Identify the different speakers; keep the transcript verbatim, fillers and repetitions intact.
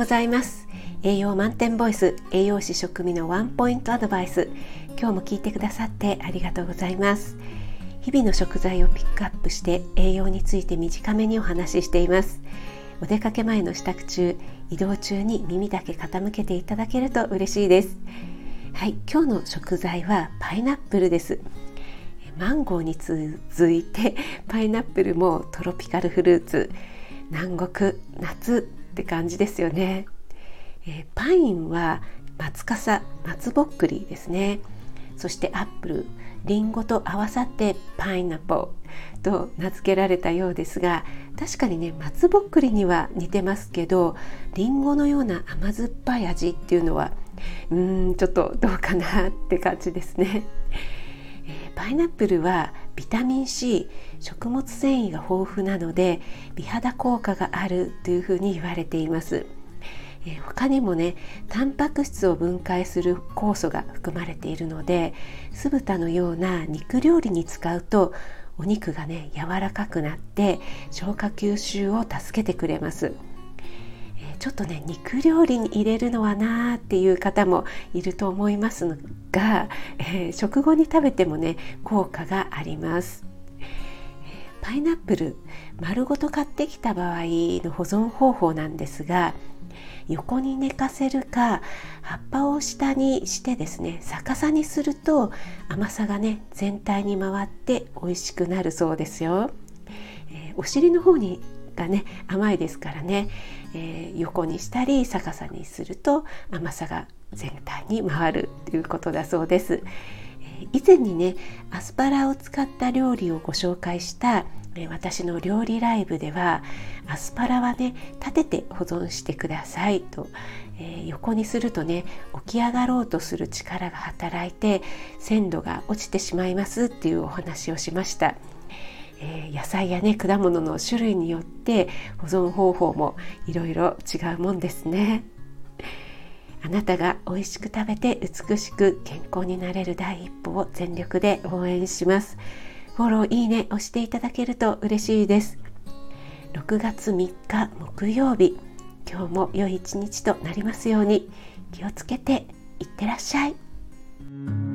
Speaker 1: ございます。栄養満点ボイス、栄養士食味のワンポイントアドバイス。今日も聞いてくださってありがとうございます。日々の食材をピックアップして栄養について短めにお話ししています。お出かけ前の支度中、移動中に耳だけ傾けていただけると嬉しいです。はい、今日の食材はパイナップルです。マンゴーに続いてパイナップルもトロピカルフルーツ、南国夏って感じですよね。えー、パインは松笠、松ぼっくりですね。そしてアップル、リンゴと合わさってパイナップルと名付けられたようですが、確かにね、松ぼっくりには似てますけど、リンゴのような甘酸っぱい味っていうのはうーんちょっとどうかなって感じですね。えー、パイナップルはビタミン C、 食物繊維が豊富なので美肌効果があるというふうに言われています。えー、他にもね、タンパク質を分解する酵素が含まれているので、酢豚のような肉料理に使うとお肉がね柔らかくなって消化吸収を助けてくれます。ちょっとね、肉料理に入れるのはなーっていう方もいると思いますが、えー、食後に食べてもね効果があります。パイナップル丸ごと買ってきた場合の保存方法なんですが、横に寝かせるか葉っぱを下にしてですね逆さにすると甘さがね全体に回って美味しくなるそうですよ。えー、お尻の方にがね甘いですからね、えー、横にしたり逆さにすると甘さが全体に回るということだそうです。えー、以前にねアスパラを使った料理をご紹介した、えー、私の料理ライブでは、アスパラはね立てて保存してくださいと、えー、横にするとね起き上がろうとする力が働いて鮮度が落ちてしまいますっていうお話をしました。えー、野菜やね果物の種類によって保存方法もいろいろ違うもんですね。あなたが美味しく食べて美しく健康になれる第一歩を全力で応援します。フォロー、いいね押していただけると嬉しいです。ろくがつみっか木曜日、今日も良い一日となりますように。気をつけていってらっしゃい。